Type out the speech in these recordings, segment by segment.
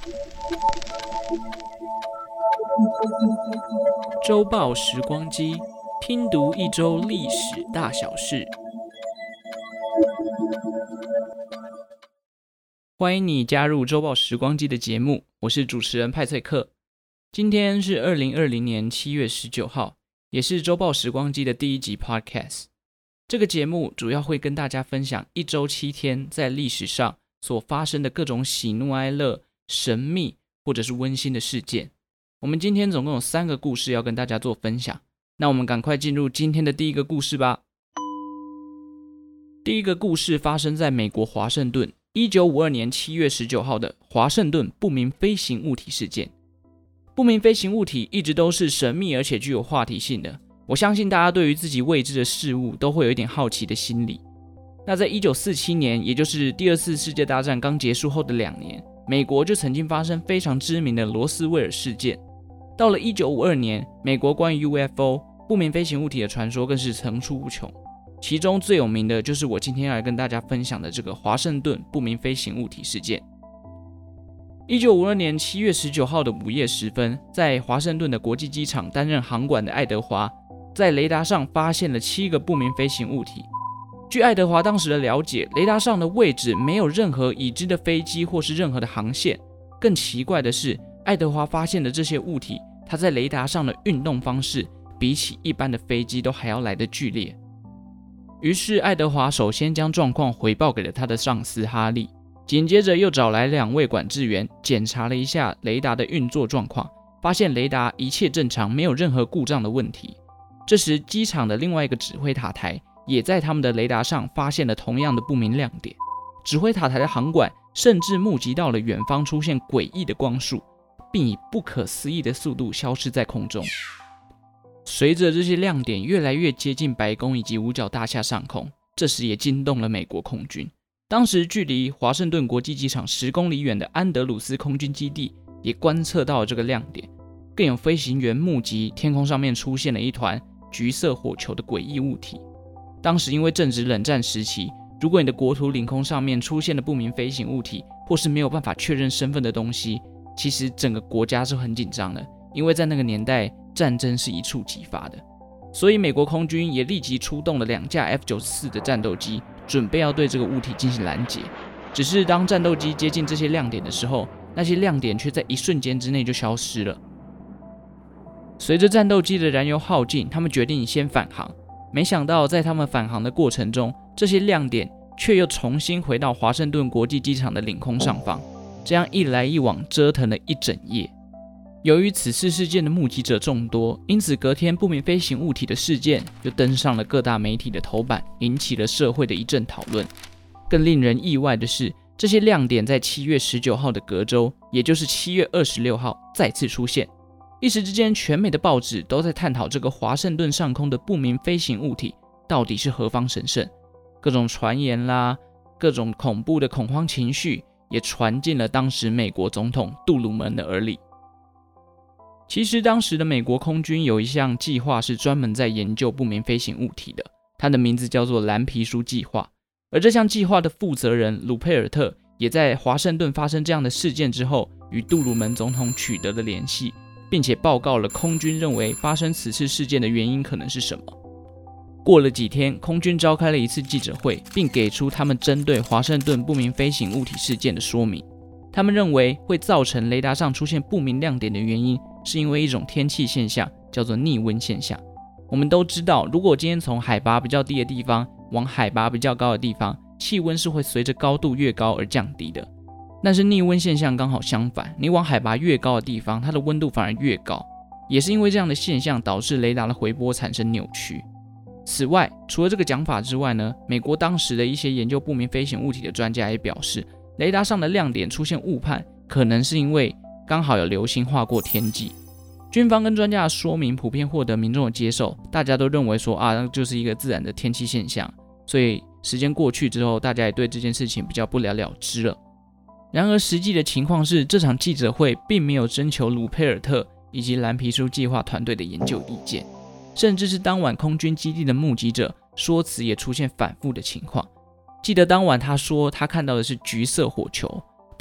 周报时光机，拼读一周历史大小事。欢迎你加入周报时光机的节目，我是主持人派翠克。今天是2020年7月19号，也是周报时光机的第一集 podcast。这个节目主要会跟大家分享一周7天在历史上所发生的各种喜怒哀乐、神秘或者是温馨的事件。我们今天总共有3个故事要跟大家做分享，那我们赶快进入今天的第一个故事吧。第一个故事发生在美国华盛顿1952年7月19号的华盛顿不明飞行物体事件。不明飞行物体一直都是神秘而且具有话题性的，我相信大家对于自己未知的事物都会有一点好奇的心理。那在1947年，也就是第二次世界大战刚结束后的2年，美国就曾经发生非常知名的罗斯威尔事件。到了1952年，美国关于 UFO 不明飞行物体的传说更是层出不穷，其中最有名的就是我今天要来跟大家分享的这个华盛顿不明飞行物体事件。1952年7月19号的午夜时分，在华盛顿的国际机场担任航管的爱德华，在雷达上发现了7个不明飞行物体。据爱德华当时的了解，雷达上的位置没有任何已知的飞机或是任何的航线。更奇怪的是，爱德华发现的这些物体，它在雷达上的运动方式比起一般的飞机都还要来得剧烈。于是爱德华首先将状况回报给了他的上司哈利，紧接着又找来2位管制员检查了一下雷达的运作状况，发现雷达一切正常，没有任何故障的问题。这时机场的另外一个指挥塔台也在他们的雷达上发现了同样的不明亮点，指挥塔台的航管甚至目击到了远方出现诡异的光束，并以不可思议的速度消失在空中。随着这些亮点越来越接近白宫以及五角大厦上空，这时也惊动了美国空军。当时距离华盛顿国际机场10公里远的安德鲁斯空军基地也观测到了这个亮点，更有飞行员目击天空上面出现了一团橘色火球的诡异物体。当时因为正值冷战时期，如果你的国土领空上面出现了不明飞行物体，或是没有办法确认身份的东西，其实整个国家是很紧张的，因为在那个年代战争是一触即发的。所以美国空军也立即出动了2架 F-94 的战斗机，准备要对这个物体进行拦截。只是当战斗机接近这些亮点的时候，那些亮点却在一瞬间之内就消失了。随着战斗机的燃油耗尽，他们决定先返航。没想到在他们返航的过程中，这些亮点却又重新回到华盛顿国际机场的领空上方，这样一来一往折腾了一整夜。由于此次事件的目击者众多，因此隔天不明飞行物体的事件就登上了各大媒体的头版，引起了社会的一阵讨论。更令人意外的是，这些亮点在7月19号的隔周，也就是7月26号再次出现。一时之间，全美的报纸都在探讨这个华盛顿上空的不明飞行物体到底是何方神圣。各种传言啦，各种恐怖的恐慌情绪也传进了当时美国总统杜鲁门的耳里。其实当时的美国空军有一项计划是专门在研究不明飞行物体的，它的名字叫做蓝皮书计划。而这项计划的负责人鲁佩尔特也在华盛顿发生这样的事件之后，与杜鲁门总统取得了联系，并且报告了空军认为发生此次事件的原因可能是什么。过了几天，空军召开了一次记者会，并给出他们针对华盛顿不明飞行物体事件的说明。他们认为会造成雷达上出现不明亮点的原因，是因为一种天气现象，叫做逆温现象。我们都知道，如果今天从海拔比较低的地方往海拔比较高的地方，气温是会随着高度越高而降低的。但是逆温现象刚好相反，你往海拔越高的地方，它的温度反而越高。也是因为这样的现象，导致雷达的回波产生扭曲。此外，除了这个讲法之外呢，美国当时的一些研究不明飞行物体的专家也表示，雷达上的亮点出现误判，可能是因为刚好有流星划过天际。军方跟专家的说明普遍获得民众的接受，大家都认为说那就是一个自然的天气现象，所以时间过去之后，大家也对这件事情比较不了了之了。然而实际的情况是，这场记者会并没有征求鲁佩尔特以及蓝皮书计划团队的研究意见，甚至是当晚空军基地的目击者说辞也出现反复的情况。记得当晚他说他看到的是橘色火球，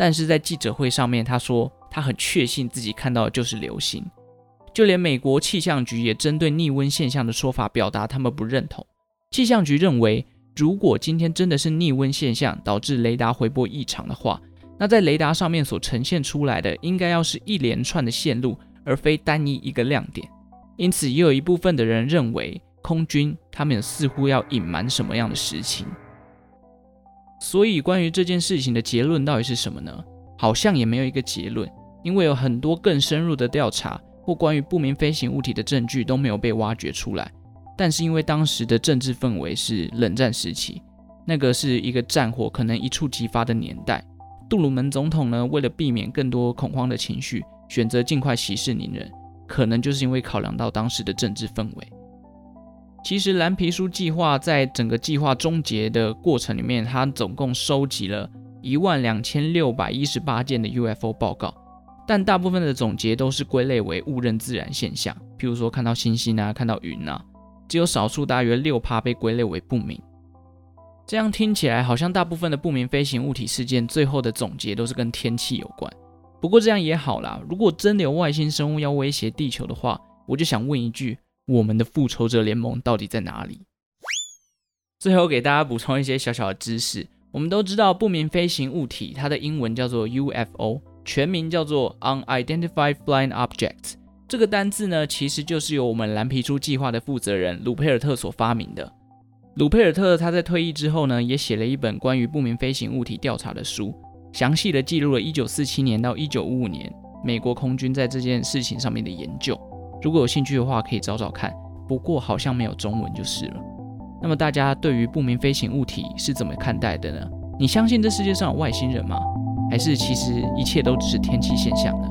但是在记者会上面他说他很确信自己看到的就是流星。就连美国气象局也针对逆温现象的说法表达他们不认同。气象局认为，如果今天真的是逆温现象导致雷达回波异常的话，那在雷达上面所呈现出来的应该要是一连串的线路，而非单一一个亮点。因此也有一部分的人认为空军他们似乎要隐瞒什么样的实情。所以关于这件事情的结论到底是什么呢？好像也没有一个结论，因为有很多更深入的调查或关于不明飞行物体的证据都没有被挖掘出来。但是因为当时的政治氛围是冷战时期，那个是一个战火可能一触即发的年代，杜鲁门总统呢，为了避免更多恐慌的情绪，选择尽快息事宁人，可能就是因为考量到当时的政治氛围。其实蓝皮书计划在整个计划终结的过程里面，它总共收集了12618件的 UFO 报告，但大部分的总结都是归类为误认自然现象，譬如说看到星星啊，看到云啊，只有少数大约 6% 被归类为不明。这样听起来好像大部分的不明飞行物体事件最后的总结都是跟天气有关。不过这样也好啦，如果真的有外星生物要威胁地球的话，我就想问一句，我们的复仇者联盟到底在哪里？最后给大家补充一些小小的知识。我们都知道不明飞行物体它的英文叫做 UFO， 全名叫做 Unidentified Flying Objects。 这个单字呢，其实就是由我们蓝皮书计划的负责人鲁佩尔特所发明的。鲁佩尔特他在退役之后呢，也写了一本关于不明飞行物体调查的书，详细的记录了1947年到1955年美国空军在这件事情上面的研究。如果有兴趣的话可以找找看，不过好像没有中文就是了。那么大家对于不明飞行物体是怎么看待的呢？你相信这世界上有外星人吗？还是其实一切都只是天气现象呢？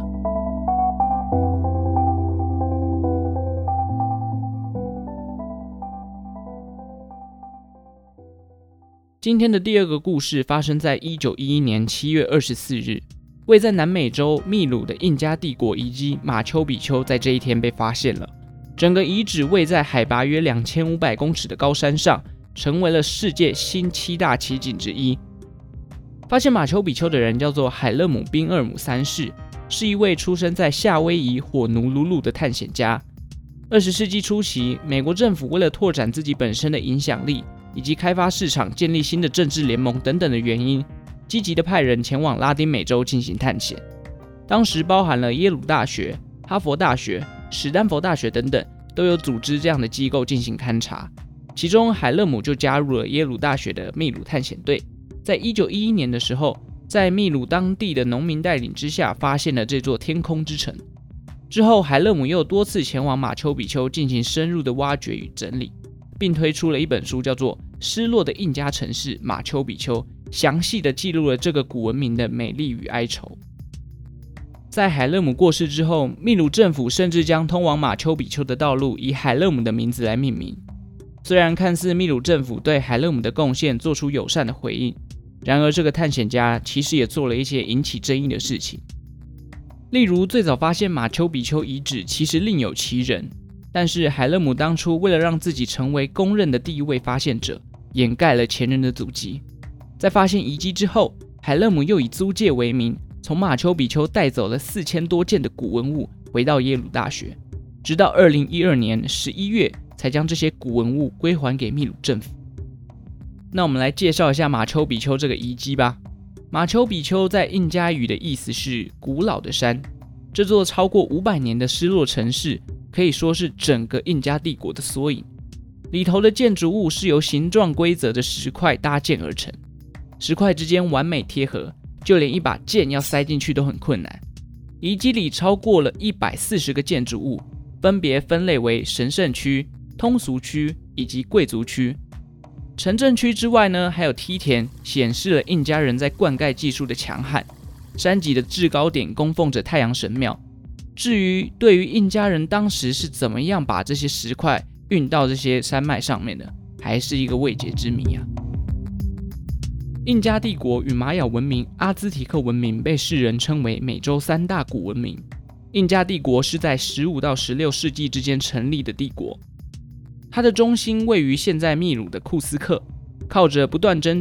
今天的第二个故事发生在1911年7月24日，位在南美洲秘鲁的印加帝国遗迹马丘比丘在这一天被发现了。整个遗址位在海拔约2500公尺的高山上，成为了世界新7大奇景之一。发现马丘比丘的人叫做海勒姆·宾厄姆3世，是一位出生在夏威夷火奴鲁鲁的探险家。20世纪初期，美国政府为了拓展自己本身的影响力，以及开发市场、建立新的政治联盟等等的原因，积极的派人前往拉丁美洲进行探险。当时包含了耶鲁大学、哈佛大学、史丹佛大学等等，都有组织这样的机构进行勘察。其中海勒姆就加入了耶鲁大学的秘鲁探险队，在1911年的时候，在秘鲁当地的农民带领之下，发现了这座天空之城。之后海勒姆又多次前往马丘比丘进行深入的挖掘与整理，并推出了一本书叫做《失落的印加城市马丘比丘》，详细的记录了这个古文明的美丽与哀愁。在海勒姆过世之后，秘鲁政府甚至将通往马丘比丘的道路以海勒姆的名字来命名。虽然看似秘鲁政府对海勒姆的贡献做出友善的回应，然而这个探险家其实也做了一些引起争议的事情。例如最早发现马丘比丘遗址其实另有其人，但是海勒姆当初为了让自己成为公认的第一位发现者，掩盖了前人的足迹。在发现遗迹之后，海勒姆又以租借为名，从马丘比丘带走了4000多件的古文物回到耶鲁大学，直到2012年11月才将这些古文物归还给秘鲁政府。那我们来介绍一下马丘比丘这个遗迹吧。马丘比丘在印加语的意思是古老的山，这座超过500年的失落城市可以说是整个印加帝国的缩影。里头的建筑物是由形状规则的石块搭建而成，石块之间完美贴合，就连一把剑要塞进去都很困难。遗迹里超过了140个建筑物，分别分类为神圣区、通俗区以及贵族区。城镇区之外呢，还有梯田，显示了印加人在灌溉技术的强悍。山脊的制高点供奉着太阳神庙。至于对于印加人当时是怎么样把这些石块运到这些山脉上面的，还是一个未解之谜啊。印加帝国与玛雅文明、阿兹提克文明被世人称为美洲3大古文明。印加帝国是在15到16世纪之间成立的帝国，它的中心位于现在秘鲁的库斯克，靠着不断征战、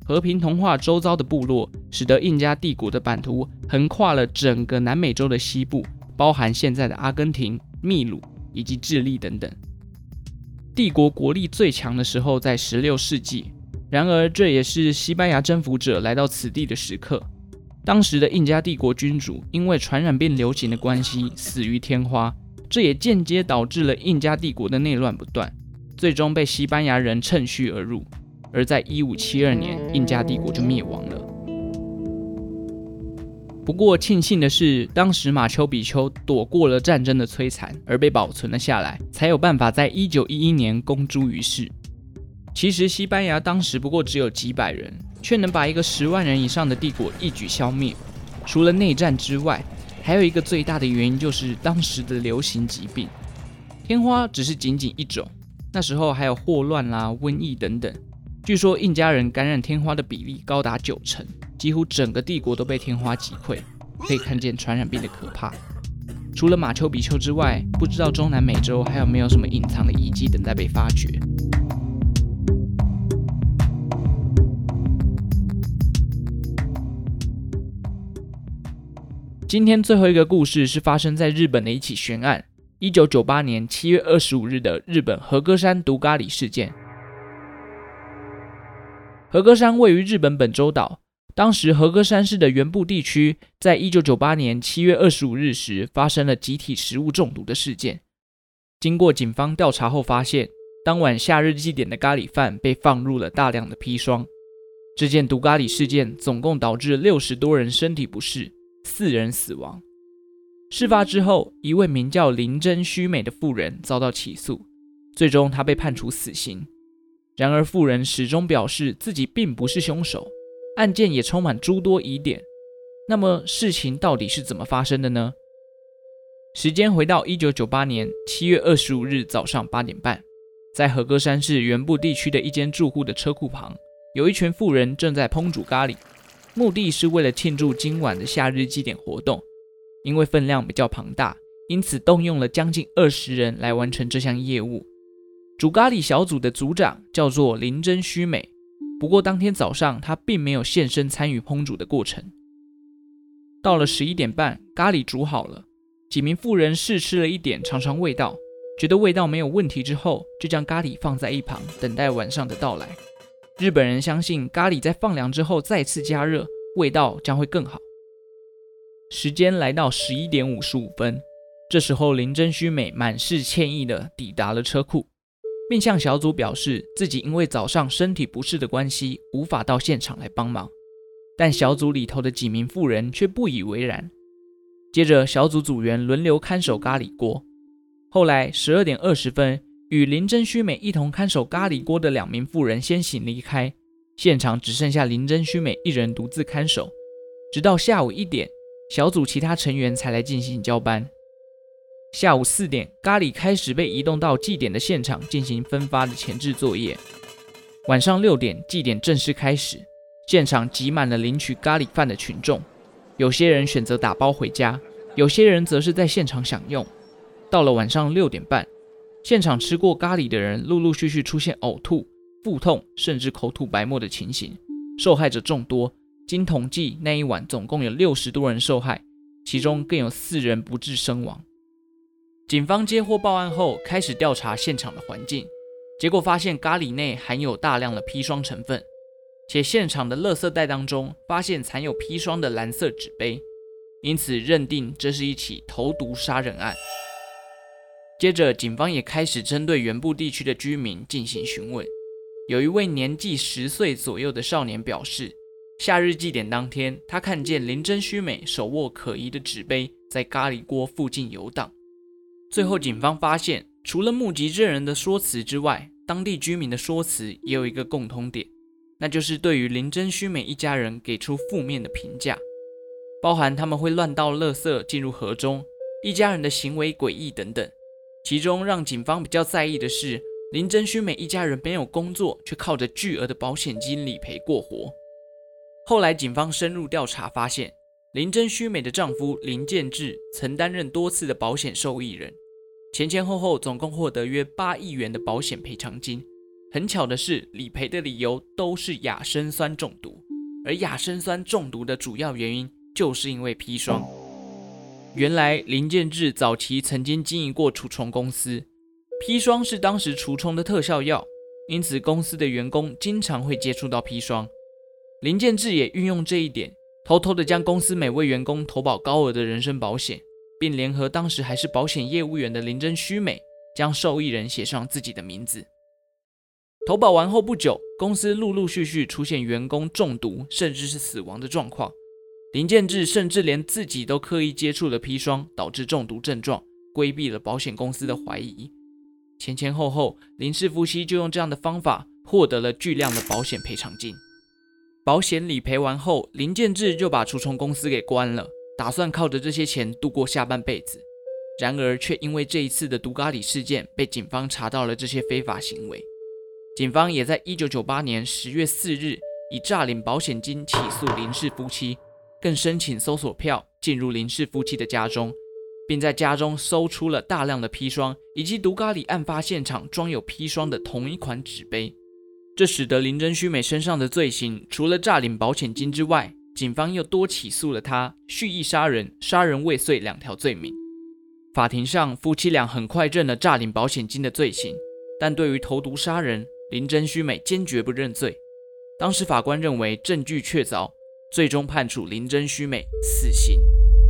和平同化周遭的部落，使得印加帝国的版图横跨了整个南美洲的西部，包含现在的阿根廷、秘鲁以及智利等等。帝国国力最强的时候在16世纪，然而这也是西班牙征服者来到此地的时刻。当时的印加帝国君主因为传染病流行的关系死于天花，这也间接导致了印加帝国的内乱不断，最终被西班牙人趁虚而入。而在1572年，印加帝国就灭亡了。不过庆幸的是，当时马丘比丘躲过了战争的摧残，而被保存了下来，才有办法在1911年公诸于世。其实西班牙当时不过只有几百人，却能把一个10万人以上的帝国一举消灭。除了内战之外，还有一个最大的原因就是当时的流行疾病。天花只是仅仅一种，那时候还有霍乱啦、瘟疫等等。据说印加人感染天花的比例高达90%，几乎整个帝国都被天花击溃，可以看见传染病的可怕。除了马丘比丘之外，不知道中南美洲还有没有什么隐藏的遗迹等待被发掘。今天最后一个故事是发生在日本的一起悬案，1998年7月25日的日本和歌山毒咖喱事件。和歌山位于日本本州岛，当时和歌山市的原部地区在1998年7月25日时发生了集体食物中毒的事件。经过警方调查后发现，当晚夏日祭典的咖喱饭被放入了大量的砒霜。这件毒咖喱事件总共导致60多人身体不适，4人死亡。事发之后，一位名叫林真须美的妇人遭到起诉，最终她被判处死刑。然而妇人始终表示自己并不是凶手，案件也充满诸多疑点。那么事情到底是怎么发生的呢？时间回到1998年7月25日早上8点半，在和歌山市原部地区的一间住户的车库旁，有一群妇人正在烹煮咖喱，目的是为了庆祝今晚的夏日祭典活动。因为分量比较庞大，因此动用了将近20人来完成这项业务。煮咖喱小组的组长叫做林真须美，不过当天早上他并没有现身参与烹煮的过程。到了11点半，咖喱煮好了，几名妇人试吃了一点，尝尝味道，觉得味道没有问题之后，就将咖喱放在一旁，等待晚上的到来。日本人相信咖喱在放凉之后再次加热，味道将会更好。时间来到11点55分，这时候林真须美满是歉意地抵达了车库，并向小组表示自己因为早上身体不适的关系，无法到现场来帮忙。但小组里头的几名妇人却不以为然。接着小组组员轮流看守咖喱锅。后来12点20分，与林真须美一同看守咖喱锅的2名妇人先行离开，现场只剩下林真须美一人独自看守，直到下午1点，小组其他成员才来进行交班。下午4点，咖喱开始被移动到祭典的现场进行分发的前置作业。晚上6点，祭典正式开始，现场挤满了领取咖喱饭的群众，有些人选择打包回家，有些人则是在现场享用。到了晚上6点半，现场吃过咖喱的人陆陆续续出现呕吐、腹痛，甚至口吐白沫的情形，受害者众多。经统计，那一晚总共有60多人受害，其中更有4人不治身亡。警方接获报案后，开始调查现场的环境，结果发现咖喱内含有大量的砒霜成分，且现场的垃圾袋当中发现藏有砒霜的蓝色纸杯，因此认定这是一起投毒杀人案。接着，警方也开始针对原部地区的居民进行询问。有一位年纪10岁左右的少年表示，夏日祭典当天，他看见林真须美手握可疑的纸杯在咖喱锅附近游荡。最后，警方发现，除了目击证人的说辞之外，当地居民的说辞也有一个共通点，那就是对于林真须美一家人给出负面的评价，包含他们会乱倒垃圾进入河中，一家人的行为诡异等等。其中让警方比较在意的是，林真须美一家人没有工作，却靠着巨额的保险金理赔过活。后来警方深入调查发现，林真须美的丈夫林建志曾担任多次的保险受益人，前后总共获得约8亿元的保险赔偿金， 很巧的是，理赔的理由都是亚砷酸中毒，而亚砷酸中毒的主要原因就是因为砒霜。原来林建志早期曾经经营过除虫公司，砒霜是当时除虫的特效药，因此公司的员工经常会接触到砒霜。林建志也运用这一点，偷偷的将公司每位员工投保高额的人身保险，并联合当时还是保险业务员的林真须美，将受益人写上自己的名字。投保完后不久，公司陆陆续续出现员工中毒甚至是死亡的状况。林建志甚至连自己都刻意接触了砒霜，导致中毒症状，规避了保险公司的怀疑。前后，林氏夫妻就用这样的方法获得了巨量的保险赔偿金。保险理赔完后，林建志就把除虫公司给关了，打算靠着这些钱度过下半辈子。然而却因为这一次的毒咖喱事件被警方查到了这些非法行为。警方也在1998年10月4日以诈领保险金起诉林氏夫妻，更申请搜索票进入林氏夫妻的家中，并在家中搜出了大量的砒霜，以及毒咖喱案发现场装有砒霜的同一款纸杯。这使得林真须美身上的罪行除了诈领保险金之外，警方又多起诉了他蓄意杀人、杀人未遂2条罪名。法庭上，夫妻俩很快认了诈领保险金的罪行，但对于投毒杀人，林真须美坚决不认罪。当时法官认为证据确凿，最终判处林真须美死刑。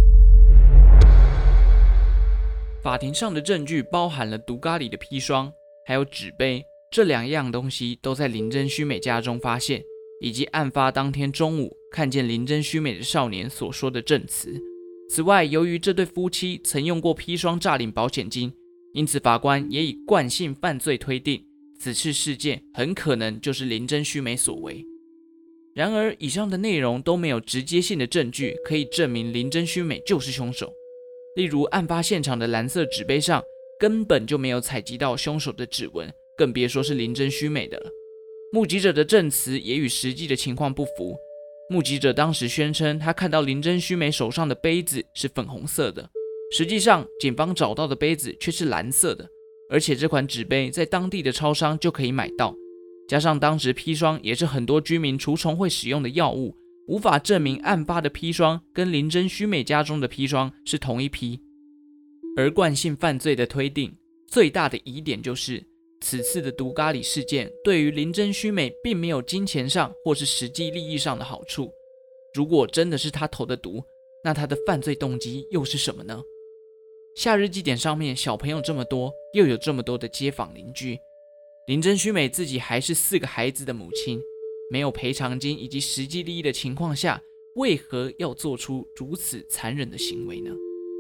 法庭上的证据包含了毒咖喱的砒霜，还有纸杯，这2样东西都在林真须美家中发现，以及案发当天中午看见林真须美的少年所说的证词。此外，由于这对夫妻曾用过砒霜诈领保险金，因此法官也以惯性犯罪推定，此次事件很可能就是林真须美所为。然而，以上的内容都没有直接性的证据可以证明林真须美就是凶手。例如，案发现场的蓝色纸杯上根本就没有采集到凶手的指纹，更别说是林真须美的了。目击者的证词也与实际的情况不符。目击者当时宣称，他看到林真须美手上的杯子是粉红色的，实际上警方找到的杯子却是蓝色的，而且这款纸杯在当地的超商就可以买到。加上当时砒霜也是很多居民除虫会使用的药物，无法证明案发的砒霜跟林真须美家中的砒霜是同一批。而惯性犯罪的推定最大的疑点就是，此次的毒咖喱事件对于林真须美并没有金钱上或是实际利益上的好处。如果真的是他投的毒，那他的犯罪动机又是什么呢？夏日祭典上面小朋友这么多，又有这么多的街坊邻居，林真须美自己还是4个孩子的母亲，没有赔偿金以及实际利益的情况下，为何要做出如此残忍的行为呢？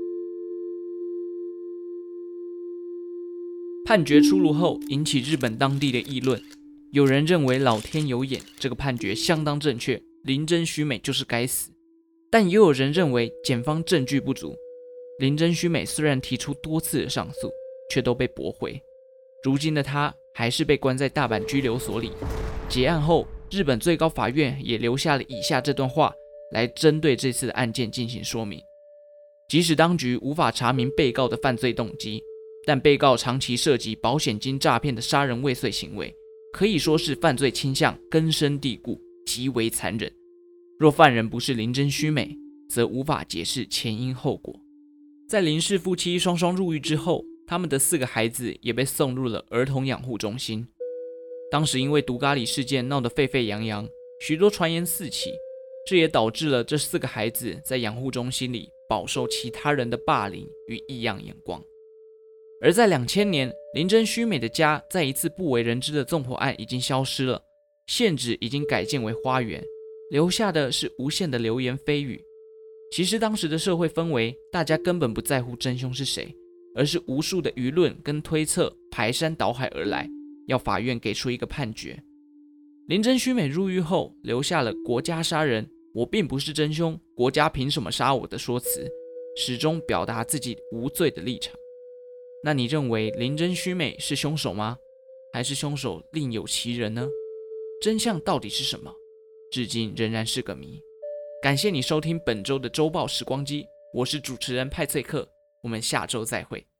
判决出炉后，引起日本当地的议论。有人认为老天有眼，这个判决相当正确，林真须美就是该死。但也有人认为检方证据不足，林真须美虽然提出多次的上诉，却都被驳回。如今的她还是被关在大阪拘留所里。结案后，日本最高法院也留下了以下这段话，来针对这次的案件进行说明。即使当局无法查明被告的犯罪动机，但被告长期涉及保险金诈骗的杀人未遂行为，可以说是犯罪倾向根深蒂固，极为残忍。若犯人不是林真须美，则无法解释前因后果。在林氏夫妻双双入狱之后，他们的4个孩子也被送入了儿童养护中心。当时因为毒咖喱事件闹得沸沸扬扬，许多传言四起，这也导致了这4个孩子在养护中心里饱受其他人的霸凌与异样眼光。而在2000年，林真须美的家在一次不为人知的纵火案已经消失了，现址已经改建为花园，留下的是无限的流言蜚语。其实当时的社会氛围，大家根本不在乎真凶是谁，而是无数的舆论跟推测排山倒海而来，要法院给出一个判决。林真须美入狱后，留下了国家杀人，我并不是真凶，国家凭什么杀我的说辞，始终表达自己无罪的立场。那你认为林真须美是凶手吗？还是凶手另有其人呢？真相到底是什么？至今仍然是个谜。感谢你收听本周的周报时光机，我是主持人派翠克，我们下周再会。